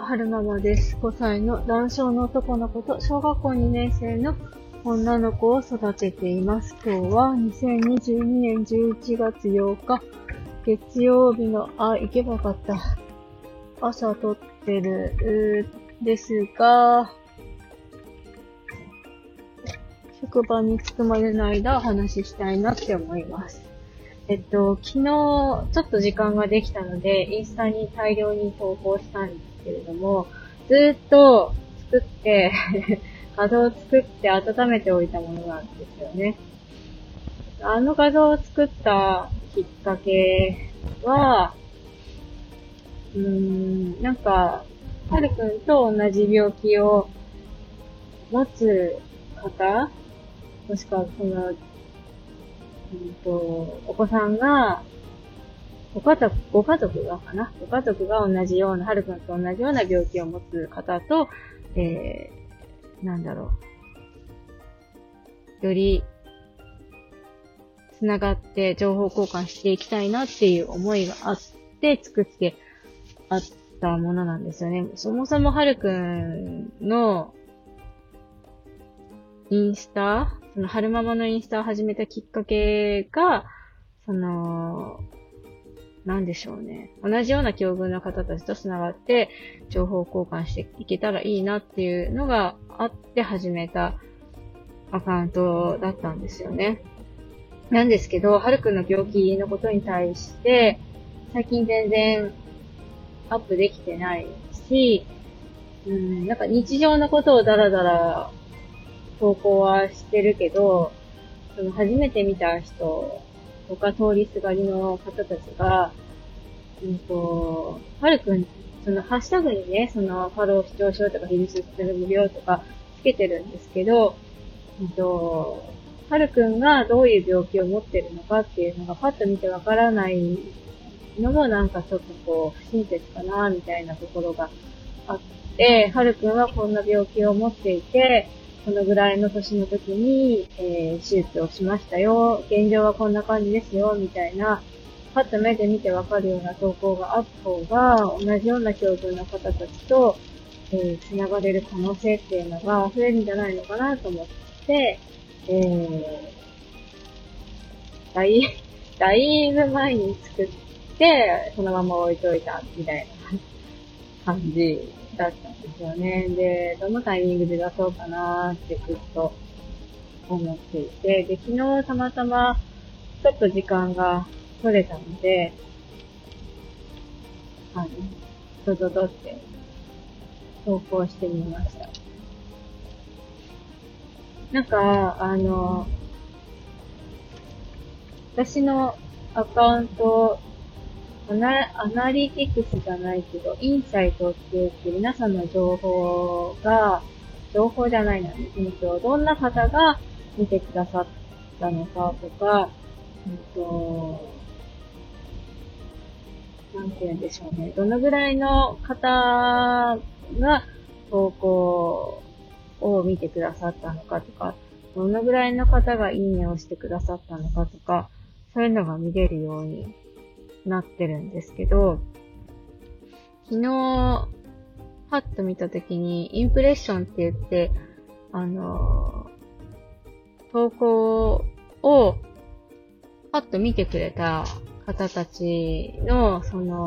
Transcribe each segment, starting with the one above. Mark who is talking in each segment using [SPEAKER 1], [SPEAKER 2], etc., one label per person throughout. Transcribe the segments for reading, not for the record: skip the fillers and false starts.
[SPEAKER 1] 春ママです。5歳の男性の男の子と小学校2年生の女の子を育てています。今日は2022年11月8日、月曜日の、行けばよかった。朝撮ってる、ですが、職場に着くまでの間お話ししたいなって思います。昨日、ちょっと時間ができたので、インスタに大量に投稿したんですけれども、ずーっと作って、画像を作って温めておいたものなんですよね。あの画像を作ったきっかけは、なんか、はるくんと同じ病気を持つ方、もしくはその、お子さんが、ご家族が同じような、はるくんと同じような病気を持つ方と、より、つながって情報交換していきたいなっていう思いがあって作ってあったものなんですよね。そもそもはるくんのインスタ、その春ママのインスタを始めたきっかけが、なんでしょうね。同じような境遇の方たちとつながって情報交換していけたらいいなっていうのがあって始めたアカウントだったんですよね。なんですけど、はるくんの病気のことに対して、最近全然アップできてないし、なんか日常のことをだらだら投稿はしてるけど、その初めて見た人とか通りすがりの方たちが、はるくん、そのハッシュタグにね、そのファロー視聴症とかヒルシステム無病とかつけてるんですけど、はるくんがどういう病気を持ってるのかっていうのがパッと見てわからないのもなんかちょっと不親切かなみたいなところがあって、はるくんはこんな病気を持っていて、このぐらいの年の時に、手術をしましたよ、現状はこんな感じですよ、みたいな、パッと目で見てわかるような投稿があった方が、同じような境遇の方たちと、つながれる可能性っていうのが増えるんじゃないのかなと思って、だいぶ前に作って、そのまま置いといたみたいな感じだったんですよね。で、どのタイミングで出そうかなーってずっと思っていて、で、昨日たまたまちょっと時間が取れたので、ドドドって投稿してみました。なんか、私のアカウント、アナリティクスじゃないけど、インサイトって言って皆さんの情報じゃないな、どんな方が見てくださったのかとか、なんて言うんでしょうね。どのぐらいの方が投稿を見てくださったのかとか、どのぐらいの方がいいねをしてくださったのかとか、そういうのが見れるようになってるんですけど、昨日、パッと見たときに、インプレッションって言って、投稿をパッと見てくれた方たちの、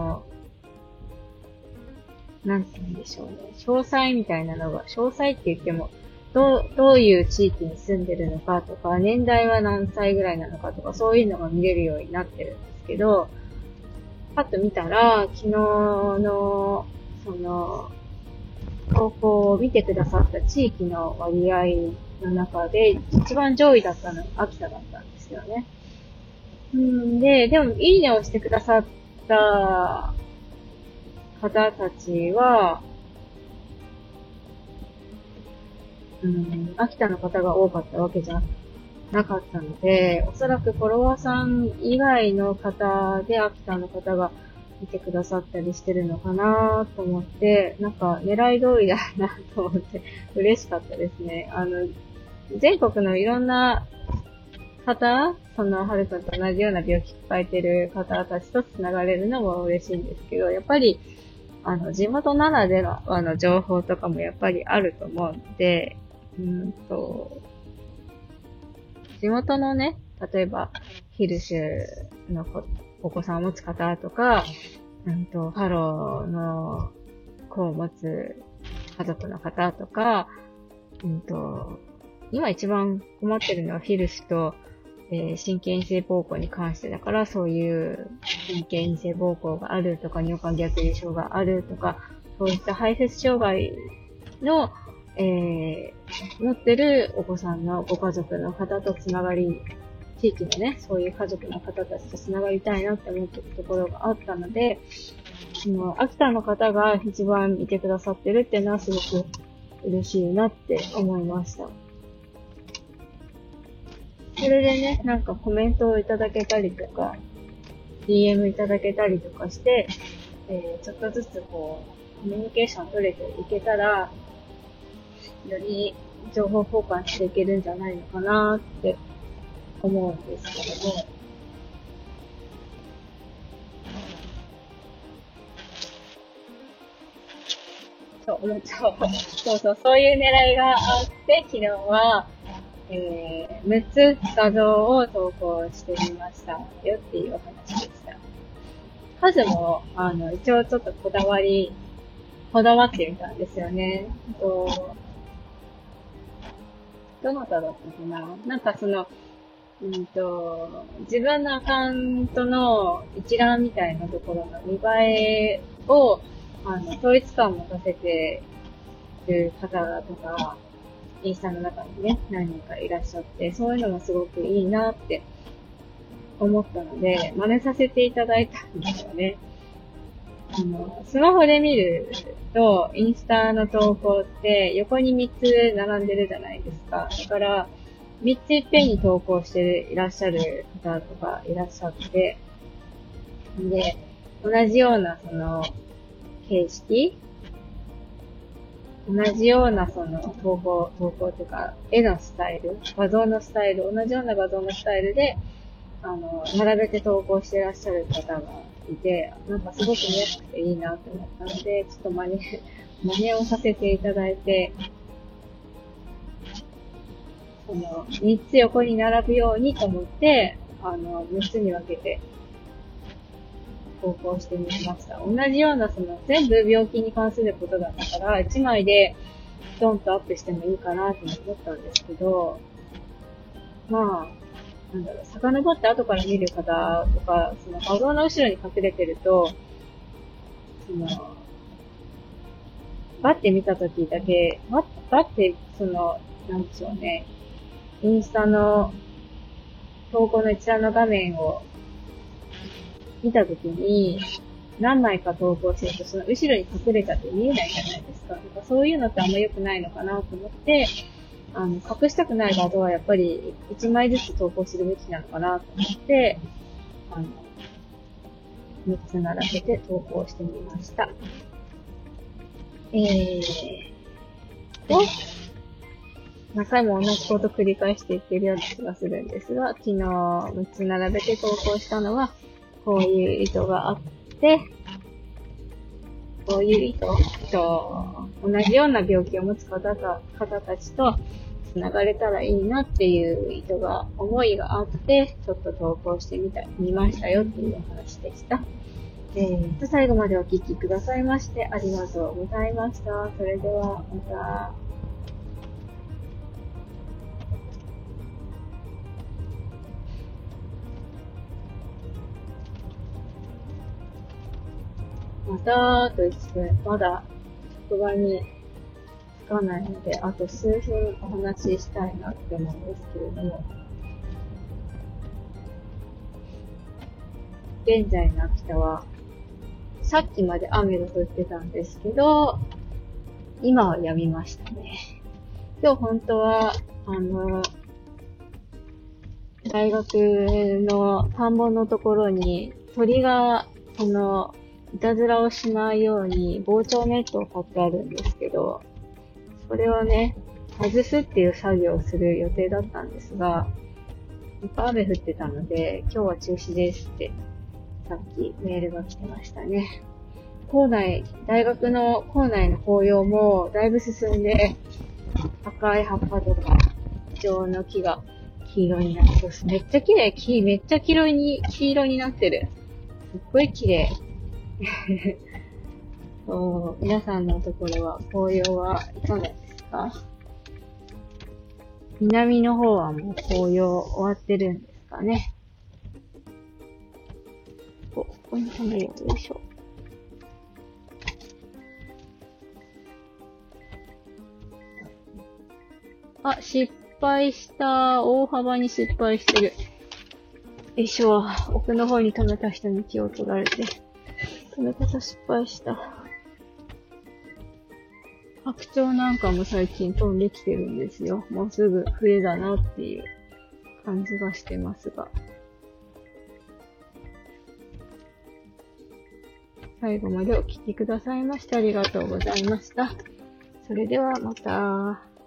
[SPEAKER 1] なんて言うんでしょうね。詳細みたいなのが、詳細って言っても、どういう地域に住んでるのかとか、年代は何歳ぐらいなのかとか、そういうのが見れるようになってるんですけど、パッと見たら、昨日の、投稿を見てくださった地域の割合の中で、一番上位だったのが秋田だったんですよね。でも、いいねをしてくださった方たちは、秋田の方が多かったわけじゃなかったので、おそらくフォロワーさん以外の方で秋田の方が見てくださったりしてるのかなと思って、なんか狙い通りだなと思って嬉しかったですね。全国のいろんな方、はるくんと同じような病気抱えてる方たちと繋がれるのも嬉しいんですけど、やっぱり、 地元ならではの情報とかもやっぱりあると思うので、地元のね、例えば、ヒルシュのお子さんを持つ方とか、ハローの子を持つ家族の方とか、今一番困ってるのはヒルシュと、神経陰性膀胱に関してだから、そういう神経陰性膀胱があるとか、尿管逆流症があるとか、そういった排泄障害の、持ってるお子さんのご家族の方とつながり、地域のね、そういう家族の方たちとつながりたいなって思ってるところがあったので、秋田の方が一番見てくださってるっていうのはすごく嬉しいなって思いました。それでね、なんかコメントをいただけたりとか、DM いただけたりとかして、ちょっとずつコミュニケーション取れていけたら、より情報交換していけるんじゃないのかなって思うんですけども。そういう狙いがあって、昨日は、6つ画像を投稿してみましたよっていうお話でした。数も、一応ちょっとこだわってみたんですよね。どなただったかな？なんか自分のアカウントの一覧みたいなところの見栄えを、統一感を持たせてる方とか、インスタの中にね、何人かいらっしゃって、そういうのもすごくいいなって思ったので、真似させていただいたんですよね。スマホで見ると、インスタの投稿って横に3つ並んでるじゃないですか。だから、3ついっぺんに投稿していらっしゃる方とかいらっしゃって、で、同じような形式同じような投稿というか、絵のスタイル、画像のスタイル、同じような画像のスタイルで、並べて投稿していらっしゃる方がいて、なんかすごく見やすくていいなと思ったので、ちょっと真似をさせていただいて、3つ横に並ぶようにと思って、6つに分けて投稿してみました。同じような全部病気に関することだったから、1枚でドンとアップしてもいいかなと思ったんですけど、遡って後から見る方とか、画像の後ろに隠れてると、バッて見たときだけ、バッて、なんでしょうね、インスタの投稿の一覧の画面を見たときに、何枚か投稿してると、その後ろに隠れちゃって見えないじゃないですか。なんかそういうのってあんま良くないのかなと思って、隠したくない画像はやっぱり1枚ずつ投稿するべきなのかなと思って、3つ並べて投稿してみました。何回も同じこと繰り返していってるような気がするんですが、昨日6つ並べて投稿したのは、こういう意図があって、こういう意図と、同じような病気を持つ方たちと繋がれたらいいなっていう思いがあって、ちょっと投稿してみましたよっていうお話でした。最後までお聞きくださいましてありがとうございました。それではまた。あと1分、まだ職場に着かないので、あと数分お話ししたいなって思うんですけれども、現在の秋田は、さっきまで雨が降ってたんですけど、今は止みましたね。今日本当は、大学の田んぼのところに鳥が、いたずらをしないように防鳥ネットを買ってあるんですけど、それをね、外すっていう作業をする予定だったんですが、雨降ってたので、今日は中止ですって、さっきメールが来てましたね。 大学の校内の紅葉もだいぶ進んで、赤い葉っぱとか、イチョウの木が黄色になってます。めっちゃ綺麗。めっちゃ黄色になってる。すっごい綺麗。そう、皆さんのところは紅葉はいかがですか？南の方はもう紅葉終わってるんですかね。ここに止めるよ。よいしょ。あ、失敗した。大幅に失敗してる。よいしょ。奥の方に止めた人に気を取られて。止め方失敗した。白鳥なんかも最近飛んできてるんですよ。もうすぐ冬だなっていう感じがしてますが。最後までお聞きくださいましてありがとうございました。それではまた。